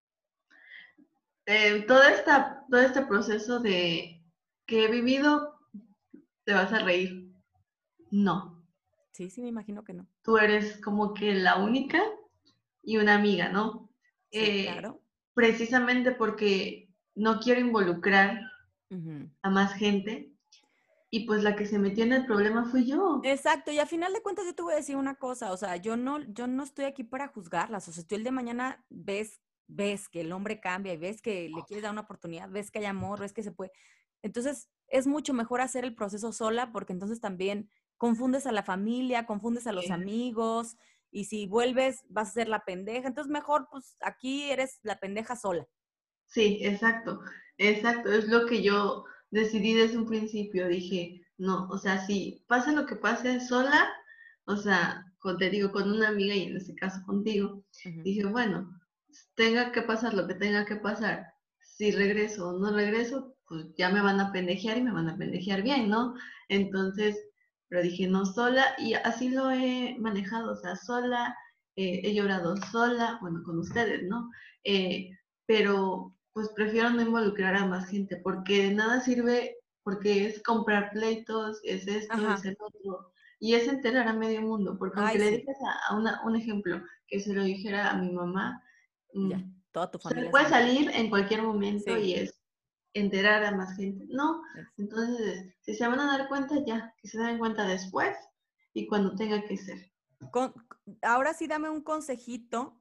Eh, todo, esta, todo este proceso de que he vivido, te vas a reír. No, Sí, sí, me imagino que no. tú eres como que la única y una amiga, ¿no? Sí, Eh, claro. precisamente porque no quiero involucrar Ujú. a más gente y pues la que se metió en el problema fui yo. Exacto, y a final de cuentas yo te voy a decir una cosa, o sea, yo no, yo no estoy aquí para juzgarlas, o sea, si tú el de mañana ves, ves que el hombre cambia y ves que le quieres dar una oportunidad, ves que hay amor, ves que se puede, entonces es mucho mejor hacer el proceso sola porque entonces también confundes a la familia, confundes a los amigos y si vuelves vas a ser la pendeja, entonces mejor pues aquí eres la pendeja sola. Sí, exacto, exacto. Es lo que yo decidí desde un principio. Dije, no, o sea, si pase lo que pase sola, o sea, con, te digo, con una amiga y en este caso contigo, Ujú. dije, bueno, tenga que pasar lo que tenga que pasar. Si regreso o no regreso, pues ya me van a pendejear y me van a pendejear bien, ¿no? Entonces, pero dije, no sola, y así lo he manejado, o sea, sola, eh, he llorado sola, bueno, con ustedes, ¿no? Eh, pero pues prefiero no involucrar a más gente, porque de nada sirve, porque es comprar pleitos, es esto, es Ajá, el otro, y es enterar a medio mundo, porque aunque ay le sí, digas a, a una, un ejemplo, que se lo dijera a mi mamá, ya, mm, toda tu se familia se puede va a enterar. salir en cualquier momento Sí, y es enterar a más gente. No, es- entonces, si se van a dar cuenta, ya, que se den cuenta después y cuando tenga que ser. con, ahora sí dame un consejito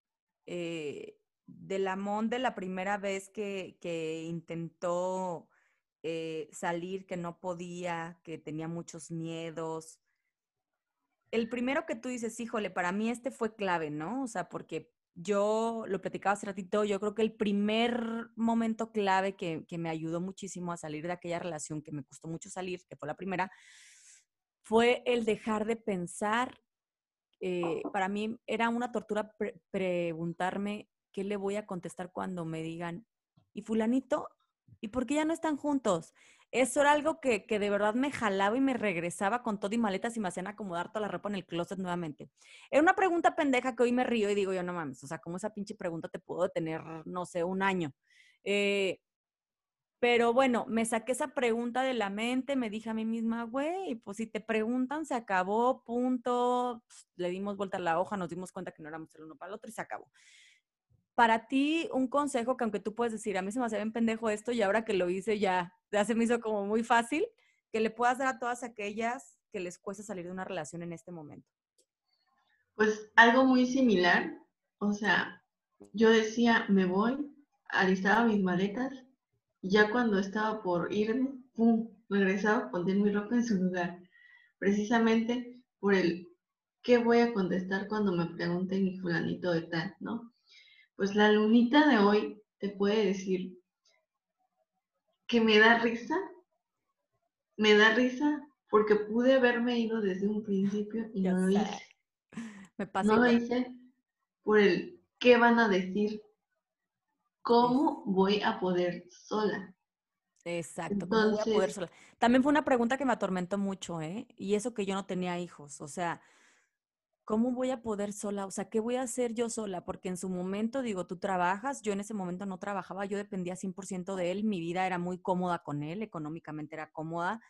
eh, de Lamón de la primera vez que, que intentó eh, salir, que no podía, que tenía muchos miedos. El primero que tú dices, híjole, para mí este fue clave, ¿no? O sea, porque yo lo platicaba hace ratito, yo creo que el primer momento clave que, que me ayudó muchísimo a salir de aquella relación que me costó mucho salir, que fue la primera, fue el dejar de pensar. Eh, para mí era una tortura pre preguntarme qué le voy a contestar cuando me digan, ¿y fulanito? ¿Y por qué ya no están juntos? eso era algo que, que de verdad me jalaba y me regresaba con todo y maletas y me hacían acomodar toda la ropa en el closet nuevamente. Era una pregunta pendeja que hoy me río y digo yo, no mames, o sea, ¿cómo esa pinche pregunta te pudo detener, no sé, un año? Eh, pero bueno, me saqué esa pregunta de la mente, me dije a mí misma, güey, pues si te preguntan, se acabó, punto. Pues, le dimos vuelta a la hoja, nos dimos cuenta que no éramos el uno para el otro y se acabó. Para ti, un consejo que aunque tú puedes decir, a mí se me hace bien pendejo esto y ahora que lo hice ya, ya se me hizo como muy fácil, que le puedas dar a todas aquellas que les cuesta salir de una relación en este momento. Pues algo muy similar, o sea, yo decía, me voy, alistaba mis maletas, y ya cuando estaba por irme, pum, regresaba a poner mi ropa en su lugar, precisamente por el qué voy a contestar cuando me pregunten mi fulanito de tal, ¿no? Pues la lunita de hoy te puede decir que me da risa, me da risa porque pude haberme ido desde un principio y Ya no lo sé, hice. me pasa No lo igual. hice por el qué van a decir, Es, cómo voy a poder sola. exacto, ¿cómo voy a poder Entonces, sola? También fue una pregunta que me atormentó mucho, ¿eh? Y eso que yo no tenía hijos, o sea, ¿cómo voy a poder sola? O sea, ¿qué voy a hacer yo sola? Porque en su momento, digo, tú trabajas, yo en ese momento no trabajaba, yo dependía cien por ciento de él, mi vida era muy cómoda con él, económicamente era cómoda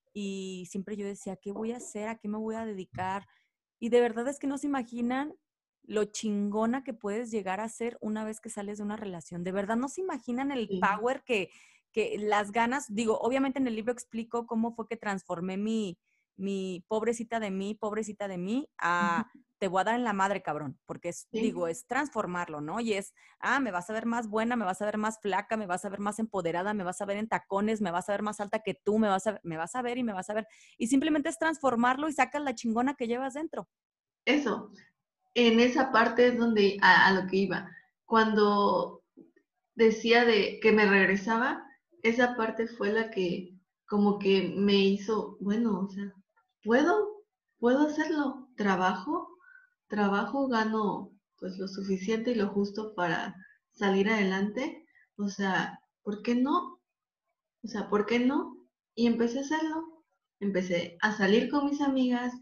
y siempre yo decía, ¿qué voy a hacer? ¿A qué me voy a dedicar? Y de verdad es que no se imaginan lo chingona que puedes llegar a ser una vez que sales de una relación. De verdad no se imaginan el sí, power que, que las ganas, digo, obviamente en el libro explico cómo fue que transformé mi, mi pobrecita de mí, pobrecita de mí, a te voy a dar en la madre, cabrón, porque es, sí, digo, es transformarlo, ¿no? Y es, ah, me vas a ver más buena, me vas a ver más flaca, me vas a ver más empoderada, me vas a ver en tacones, me vas a ver más alta que tú, me vas a, me vas a ver y me vas a ver. Y simplemente es transformarlo y sacas la chingona que llevas dentro. eso. En esa parte es donde a, a lo que iba. Cuando decía de que me regresaba, esa parte fue la que como que me hizo, bueno, o sea, puedo, puedo hacerlo. Trabajo, trabajo, gano pues lo suficiente y lo justo para salir adelante. O sea, ¿por qué no? O sea, ¿por qué no? Y empecé a hacerlo. Empecé a salir con mis amigas,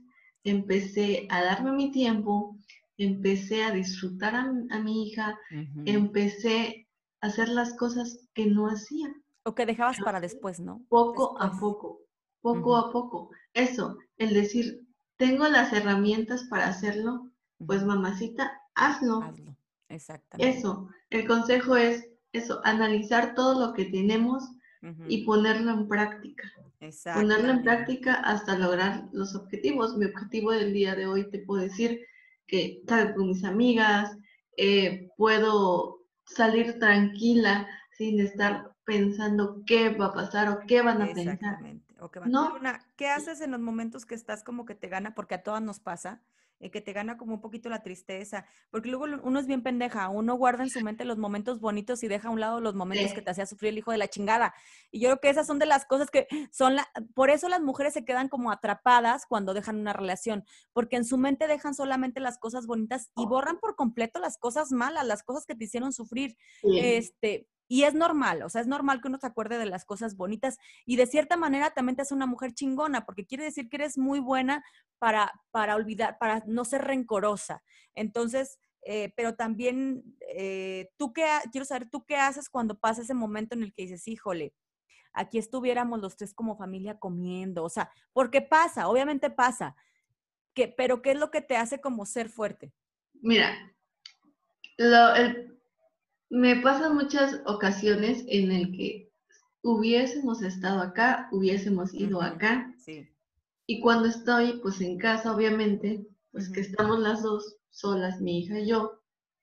empecé a darme mi tiempo, empecé a disfrutar a, a mi hija, Ujú. empecé a hacer las cosas que no hacía. O que dejabas para después, ¿no? Poco a Después. poco, poco Ujú, a poco. Eso, el decir, tengo las herramientas para hacerlo, pues ujú. mamacita, hazlo. Hazlo. Exactamente. Eso, el consejo es eso, analizar todo lo que tenemos Ujú. y ponerlo en práctica. Ponerlo en Exactamente. práctica hasta lograr los objetivos. Mi objetivo del día de hoy te puedo decir que salgo con mis amigas, eh, puedo salir tranquila sin estar pensando qué va a pasar o qué van a pensar. Exactamente. O que van. No, Luna, ¿qué haces en los momentos que estás como que te gana? Porque a todas nos pasa, eh, que te gana como un poquito la tristeza. Porque luego lo- uno es bien pendeja, uno guarda en su mente los momentos bonitos y deja a un lado los momentos que sé, te hacía sufrir el hijo de la chingada. Y yo creo que esas son de las cosas que son la, por eso las mujeres se quedan como atrapadas cuando dejan una relación, porque en su mente dejan solamente las cosas bonitas y borran por completo las cosas malas, las cosas que te hicieron sufrir. sí, Este, y es normal, o sea, es normal que uno se acuerde de las cosas bonitas y de cierta manera también te hace una mujer chingona, porque quiere decir que eres muy buena para, para olvidar, para no ser rencorosa. Entonces, eh, pero también, eh, tú qué, quiero saber, tú qué haces cuando pasa ese momento en el que dices, híjole, aquí estuviéramos los tres como familia comiendo, o sea, porque pasa, obviamente pasa, que, pero ¿qué es lo que te hace como ser fuerte? mira, lo, el, me pasan muchas ocasiones en el que hubiésemos estado acá, hubiésemos ido Ujú, acá, sí. y cuando estoy pues en casa, obviamente, pues que Ujú, estamos las dos solas, mi hija y yo,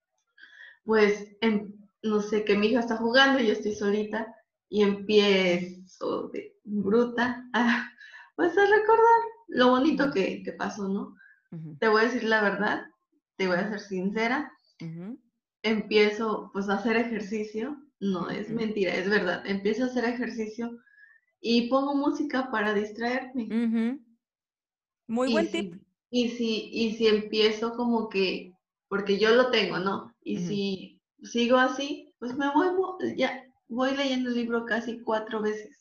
pues en, no sé, que mi hija está jugando y yo estoy solita y empiezo de bruta a, pues a recordar lo bonito ujú, que, que pasó, ¿no? ujú, Te voy a decir la verdad, te voy a ser sincera, ujú, empiezo pues a hacer ejercicio, no es ujú, mentira, es verdad, empiezo a hacer ejercicio y pongo música para distraerme. ujú. Muy Y buen tip. si, y si, y si empiezo como que, porque yo lo tengo, ¿no? Y Ujú. si sigo así, pues me vuelvo, ya voy leyendo el libro casi cuatro veces.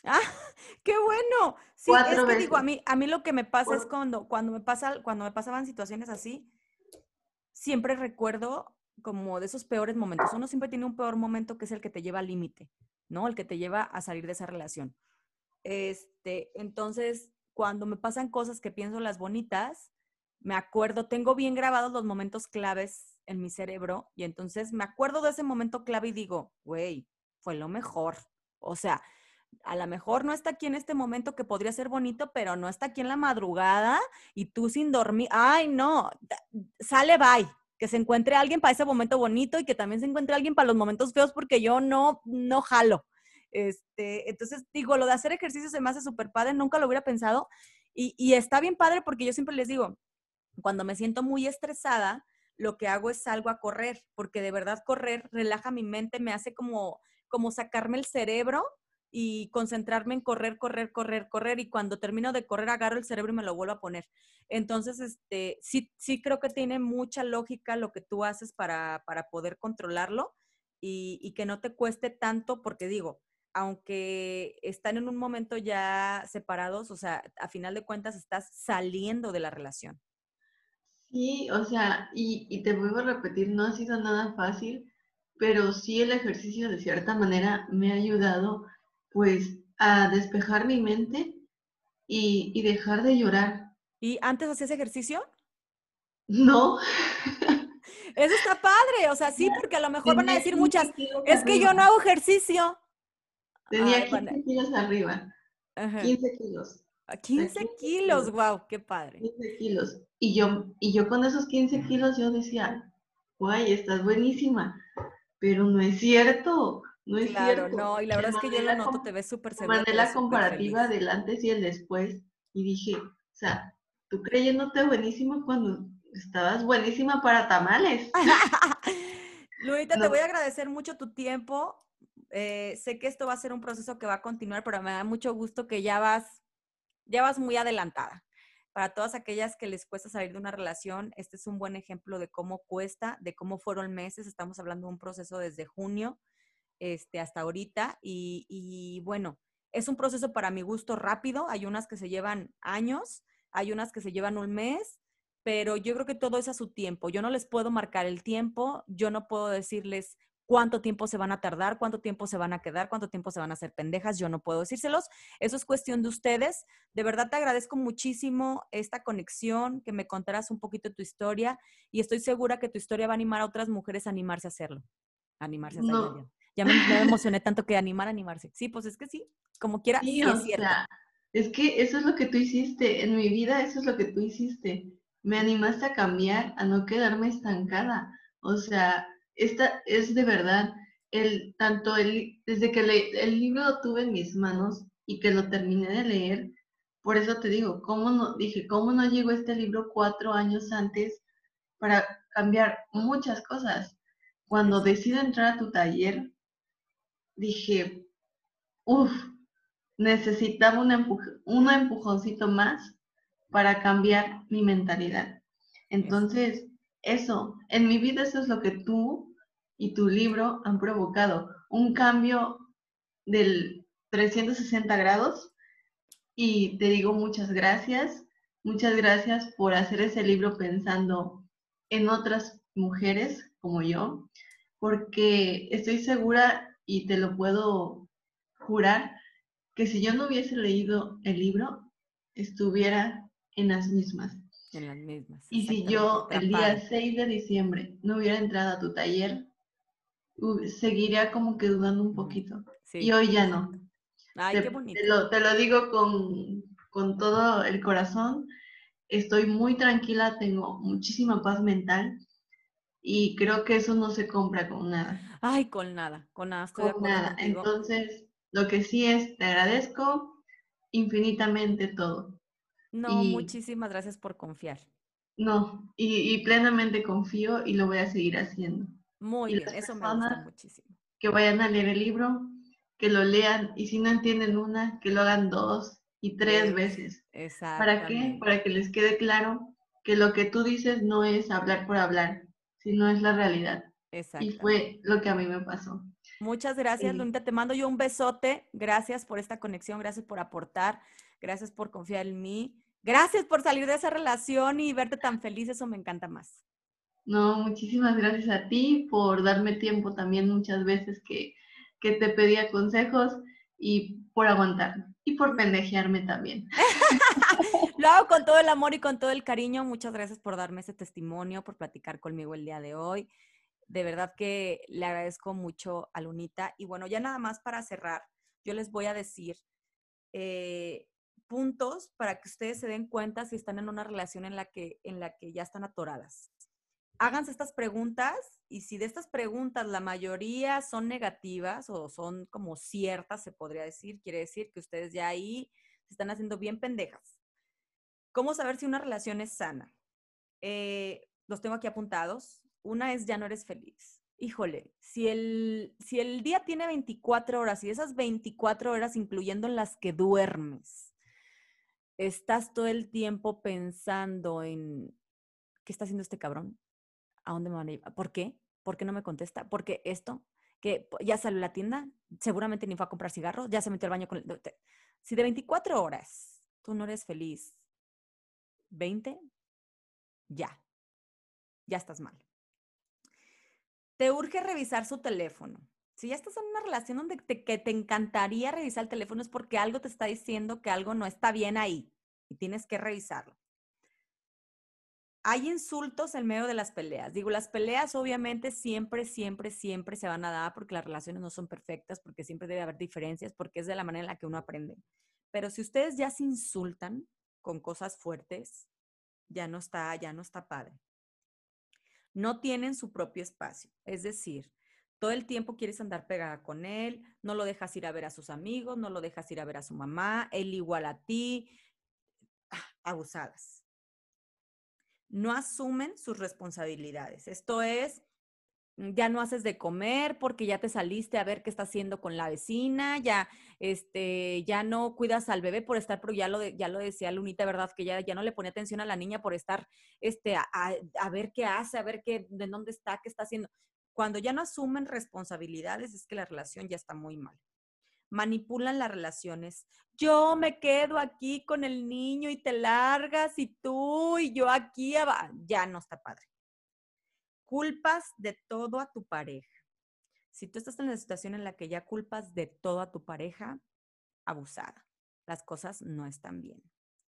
Ah, qué bueno. Sí, es Cuatro que digo, a veces. mí, a mí lo que me pasa es Por- cuando, cuando me pasa, cuando me pasaban situaciones así, siempre recuerdo como de esos peores momentos. Uno siempre tiene un peor momento que es el que te lleva al límite, ¿no? El que te lleva a salir de esa relación. Este, entonces, cuando me pasan cosas que pienso las bonitas, me acuerdo, tengo bien grabados los momentos claves en mi cerebro y entonces me acuerdo de ese momento clave y digo, güey, fue lo mejor. O sea, a lo mejor no está aquí en este momento que podría ser bonito, pero no está aquí en la madrugada y tú sin dormir. Ay, no, sale bye. Que se encuentre alguien para ese momento bonito y que también se encuentre alguien para los momentos feos porque yo no, no jalo. Este, entonces, digo, lo de hacer ejercicio se me hace súper padre, nunca lo hubiera pensado y, y está bien padre porque yo siempre les digo, cuando me siento muy estresada, lo que hago es salgo a correr, porque de verdad correr relaja mi mente, me hace como, como sacarme el cerebro y concentrarme en correr, correr, correr, correr, y cuando termino de correr agarro el cerebro y me lo vuelvo a poner. Entonces, este, sí, sí creo que tiene mucha lógica lo que tú haces para, para poder controlarlo y, y que no te cueste tanto, porque digo, aunque están en un momento ya separados, o sea, a final de cuentas estás saliendo de la relación. Sí, o sea, y, y te vuelvo a repetir, no ha sido nada fácil, pero sí el ejercicio de cierta manera me ha ayudado pues a despejar mi mente y, y dejar de llorar. ¿Y antes hacías ejercicio? No, Eso está padre, o sea, sí, tenía, porque a lo mejor van a tenía decir quince muchas, kilos es que arriba, yo no hago ejercicio. Ay, tenía van a- quince kilos arriba, ajá. quince kilos, o sea, quince quince kilos, kilos, wow, qué padre. quince kilos. Y yo, y yo con esos quince kilos yo decía, guay, estás buenísima, pero no es cierto, no es Claro, cierto. no, y la Me verdad es que yo mandé lo la, noto, te com- ves súper me segura, mandé te ves la súper comparativa feliz. del antes y el después y dije, o sea, tú creyéndote buenísima cuando estabas buenísima para tamales. Lunita, te voy No, a agradecer mucho tu tiempo. Eh, sé que esto va a ser un proceso que va a continuar, pero me da mucho gusto que ya vas, ya vas muy adelantada. Para todas aquellas que les cuesta salir de una relación, este es un buen ejemplo de cómo cuesta, de cómo fueron meses. Estamos hablando de un proceso desde junio este, hasta ahorita. Y, y bueno, es un proceso para mi gusto rápido. Hay unas que se llevan años, hay unas que se llevan un mes, pero yo creo que todo es a su tiempo. Yo no les puedo marcar el tiempo, yo no puedo decirles cuánto tiempo se van a tardar, cuánto tiempo se van a quedar, cuánto tiempo se van a hacer pendejas, yo no puedo decírselos. Eso es cuestión de ustedes. De verdad te agradezco muchísimo esta conexión, que me contaras un poquito tu historia y estoy segura que tu historia va a animar a otras mujeres a animarse a hacerlo, a animarse a ya, ya. no. Ya me, ya me emocioné tanto que animar, animarse. Sí, pues es que sí, como quiera, Sí, sí o es cierto. sea, es que eso es lo que tú hiciste. En mi vida, eso es lo que tú hiciste. Me animaste a cambiar, a no quedarme estancada. O sea, esta es de verdad, el, tanto el, desde que le- el libro lo tuve en mis manos y que lo terminé de leer, por eso te digo, ¿cómo no, dije, cómo no llegó este libro cuatro años antes para cambiar muchas cosas? Cuando Exacto. decido entrar a tu taller, dije, uff, necesitaba un, empuj- un empujoncito más para cambiar mi mentalidad. Eso. Entonces, eso, en mi vida eso es lo que tú y tu libro han provocado, un cambio del trescientos sesenta grados y te digo muchas gracias, muchas gracias por hacer ese libro pensando en otras mujeres como yo, porque estoy segura y te lo puedo jurar que si yo no hubiese leído el libro, estuviera en las mismas. En las mismas, Y si exactamente, yo el día atrapada. seis de diciembre no hubiera entrado a tu taller, uh, seguiría como que dudando un Ujú. poquito. Y Sí, hoy ya no. exacto. Ay, Te, qué te bonito. lo, te lo digo con, con todo el corazón. Estoy muy tranquila, tengo muchísima paz mental y creo que eso no se compra con nada. Ay, con nada, con nada, estoy de Con acuerdo nada. contigo. Entonces, lo que sí es, te agradezco infinitamente todo. No, Y muchísimas gracias por confiar. no, y, y plenamente confío y lo voy a seguir haciendo. Muy Y bien, las eso me gusta personas muchísimo. que vayan a leer el libro, que lo lean y si no entienden una, que lo hagan dos y tres Es, veces. ¿Para qué? exactamente, Para que les quede claro que lo que tú dices no es hablar por hablar, sino es la realidad. Y fue exactamente. lo que a mí me pasó. Muchas gracias, Eh, Lunita. Te mando yo un besote. Gracias por esta conexión, gracias por aportar, gracias por confiar en mí. Gracias por salir de esa relación y verte tan feliz, eso me encanta más. no, muchísimas gracias a ti por darme tiempo también muchas veces que, que te pedía consejos y por aguantarme y por pendejearme también. Lo hago con todo el amor y con todo el cariño. Muchas gracias por darme ese testimonio, por platicar conmigo el día de hoy. De verdad que le agradezco mucho a Lunita. Y bueno, ya nada más para cerrar, yo les voy a decir eh, puntos para que ustedes se den cuenta si están en una relación en la que, en la que ya están atoradas. Háganse estas preguntas y si de estas preguntas la mayoría son negativas o son como ciertas, se podría decir, quiere decir que ustedes ya ahí se están haciendo bien pendejas. ¿Cómo saber si una relación es sana? Eh, los tengo aquí apuntados. Una es ya no eres feliz. Híjole, si el, si el día tiene veinticuatro horas y esas veinticuatro horas, incluyendo en las que duermes, estás todo el tiempo pensando en qué está haciendo este cabrón, a dónde me van a ir, ¿por qué? ¿Por qué no me contesta? ¿Por qué esto? Que ya salió a la tienda, seguramente ni fue a comprar cigarros, ya se metió al baño con el... Si de veinticuatro horas tú no eres feliz, veinte, ya, ya estás mal. Te urge revisar su teléfono. Si ya estás en una relación donde te, que te encantaría revisar el teléfono es porque algo te está diciendo que algo no está bien ahí y tienes que revisarlo. Hay insultos en medio de las peleas. Digo, las peleas obviamente siempre, siempre, siempre se van a dar porque las relaciones no son perfectas, porque siempre debe haber diferencias, porque es de la manera en la que uno aprende. Pero si ustedes ya se insultan con cosas fuertes, ya no está, ya no está padre. No tienen su propio espacio. Es decir, todo el tiempo quieres andar pegada con él, no lo dejas ir a ver a sus amigos, no lo dejas ir a ver a su mamá, él igual a ti. Ah, abusadas. No asumen sus responsabilidades. Esto es, ya no haces de comer porque ya te saliste a ver qué está haciendo con la vecina, ya, este, ya no cuidas al bebé por estar, pero ya lo, de, ya lo decía Lunita, ¿verdad? Que ya, ya no le ponía atención a la niña por estar, este, a, a, a ver qué hace, a ver qué, de dónde está, qué está haciendo. Cuando ya no asumen responsabilidades es que la relación ya está muy mal. Manipulan las relaciones. Yo me quedo aquí con el niño y te largas y tú y yo aquí, ya no está padre. Culpas de todo a tu pareja. Si tú estás en la situación en la que ya culpas de todo a tu pareja, abusada. Las cosas no están bien.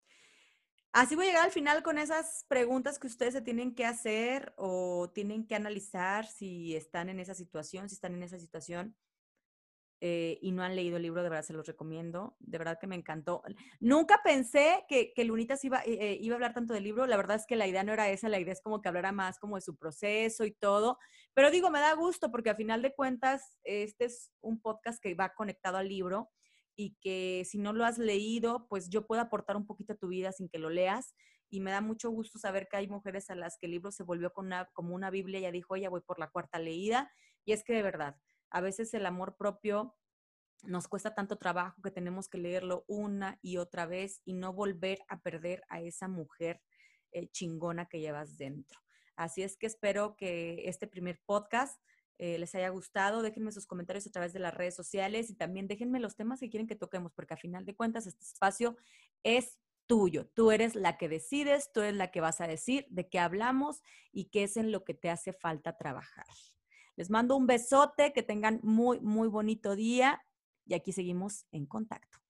Así voy a llegar al final con esas preguntas que ustedes se tienen que hacer o tienen que analizar si están en esa situación, si están en esa situación. Eh, y no han leído el libro, de verdad se los recomiendo, de verdad que me encantó. Nunca pensé que, que Lunitas iba, eh, iba a hablar tanto del libro, la verdad es que la idea no era esa, la idea es como que hablara más como de su proceso y todo, pero digo, me da gusto porque a final de cuentas este es un podcast que va conectado al libro y que si no lo has leído, pues yo puedo aportar un poquito a tu vida sin que lo leas y me da mucho gusto saber que hay mujeres a las que el libro se volvió con una, como una Biblia, ya dijo, ya voy por la cuarta leída y es que de verdad, a veces el amor propio nos cuesta tanto trabajo que tenemos que leerlo una y otra vez y no volver a perder a esa mujer eh, chingona que llevas dentro. Así es que espero que este primer podcast eh, les haya gustado. Déjenme sus comentarios a través de las redes sociales y también déjenme los temas que quieren que toquemos, porque a final de cuentas este espacio es tuyo. Tú eres la que decides, tú eres la que vas a decir de qué hablamos y qué es en lo que te hace falta trabajar. Les mando un besote, que tengan muy, muy bonito día y aquí seguimos en contacto.